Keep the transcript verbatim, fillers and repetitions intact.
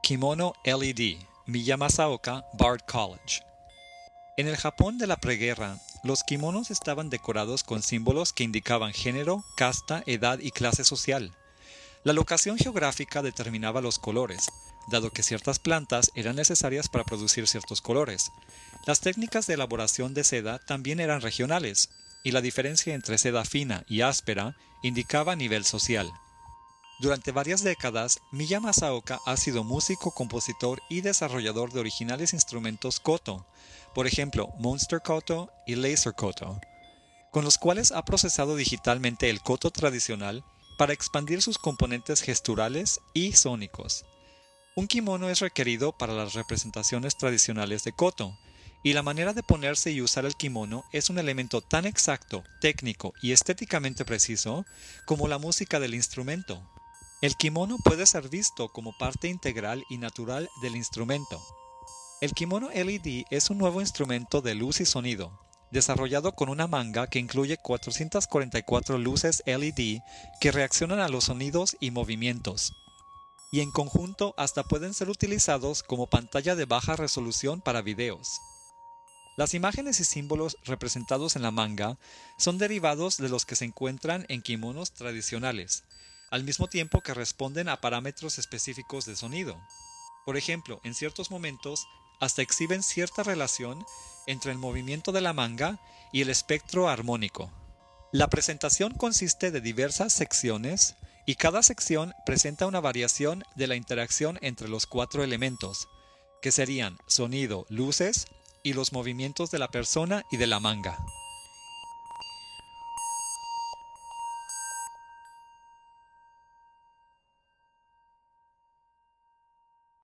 Kimono L E D, Miyamasaoka Bard College. En el Japón de la preguerra, los kimonos estaban decorados con símbolos que indicaban género, casta, edad y clase social. La locación geográfica determinaba los colores, dado que ciertas plantas eran necesarias para producir ciertos colores. Las técnicas de elaboración de seda también eran regionales, y la diferencia entre seda fina y áspera indicaba nivel social. Durante varias décadas, Miya Masaoka ha sido músico, compositor y desarrollador de originales instrumentos koto, por ejemplo, Monster Koto y Laser Koto, con los cuales ha procesado digitalmente el koto tradicional para expandir sus componentes gesturales y sónicos. Un kimono es requerido para las representaciones tradicionales de koto, y la manera de ponerse y usar el kimono es un elemento tan exacto, técnico y estéticamente preciso como la música del instrumento. El kimono puede ser visto como parte integral y natural del instrumento. El kimono L E D es un nuevo instrumento de luz y sonido, desarrollado con una manga que incluye cuatrocientas cuarenta y cuatro luces L E D que reaccionan a los sonidos y movimientos, y en conjunto hasta pueden ser utilizados como pantalla de baja resolución para videos. Las imágenes y símbolos representados en la manga son derivados de los que se encuentran en kimonos tradicionales, al mismo tiempo que responden a parámetros específicos de sonido. Por ejemplo, en ciertos momentos hasta exhiben cierta relación entre el movimiento de la manga y el espectro armónico. La presentación consiste de diversas secciones y cada sección presenta una variación de la interacción entre los cuatro elementos, que serían sonido, luces y los movimientos de la persona y de la manga.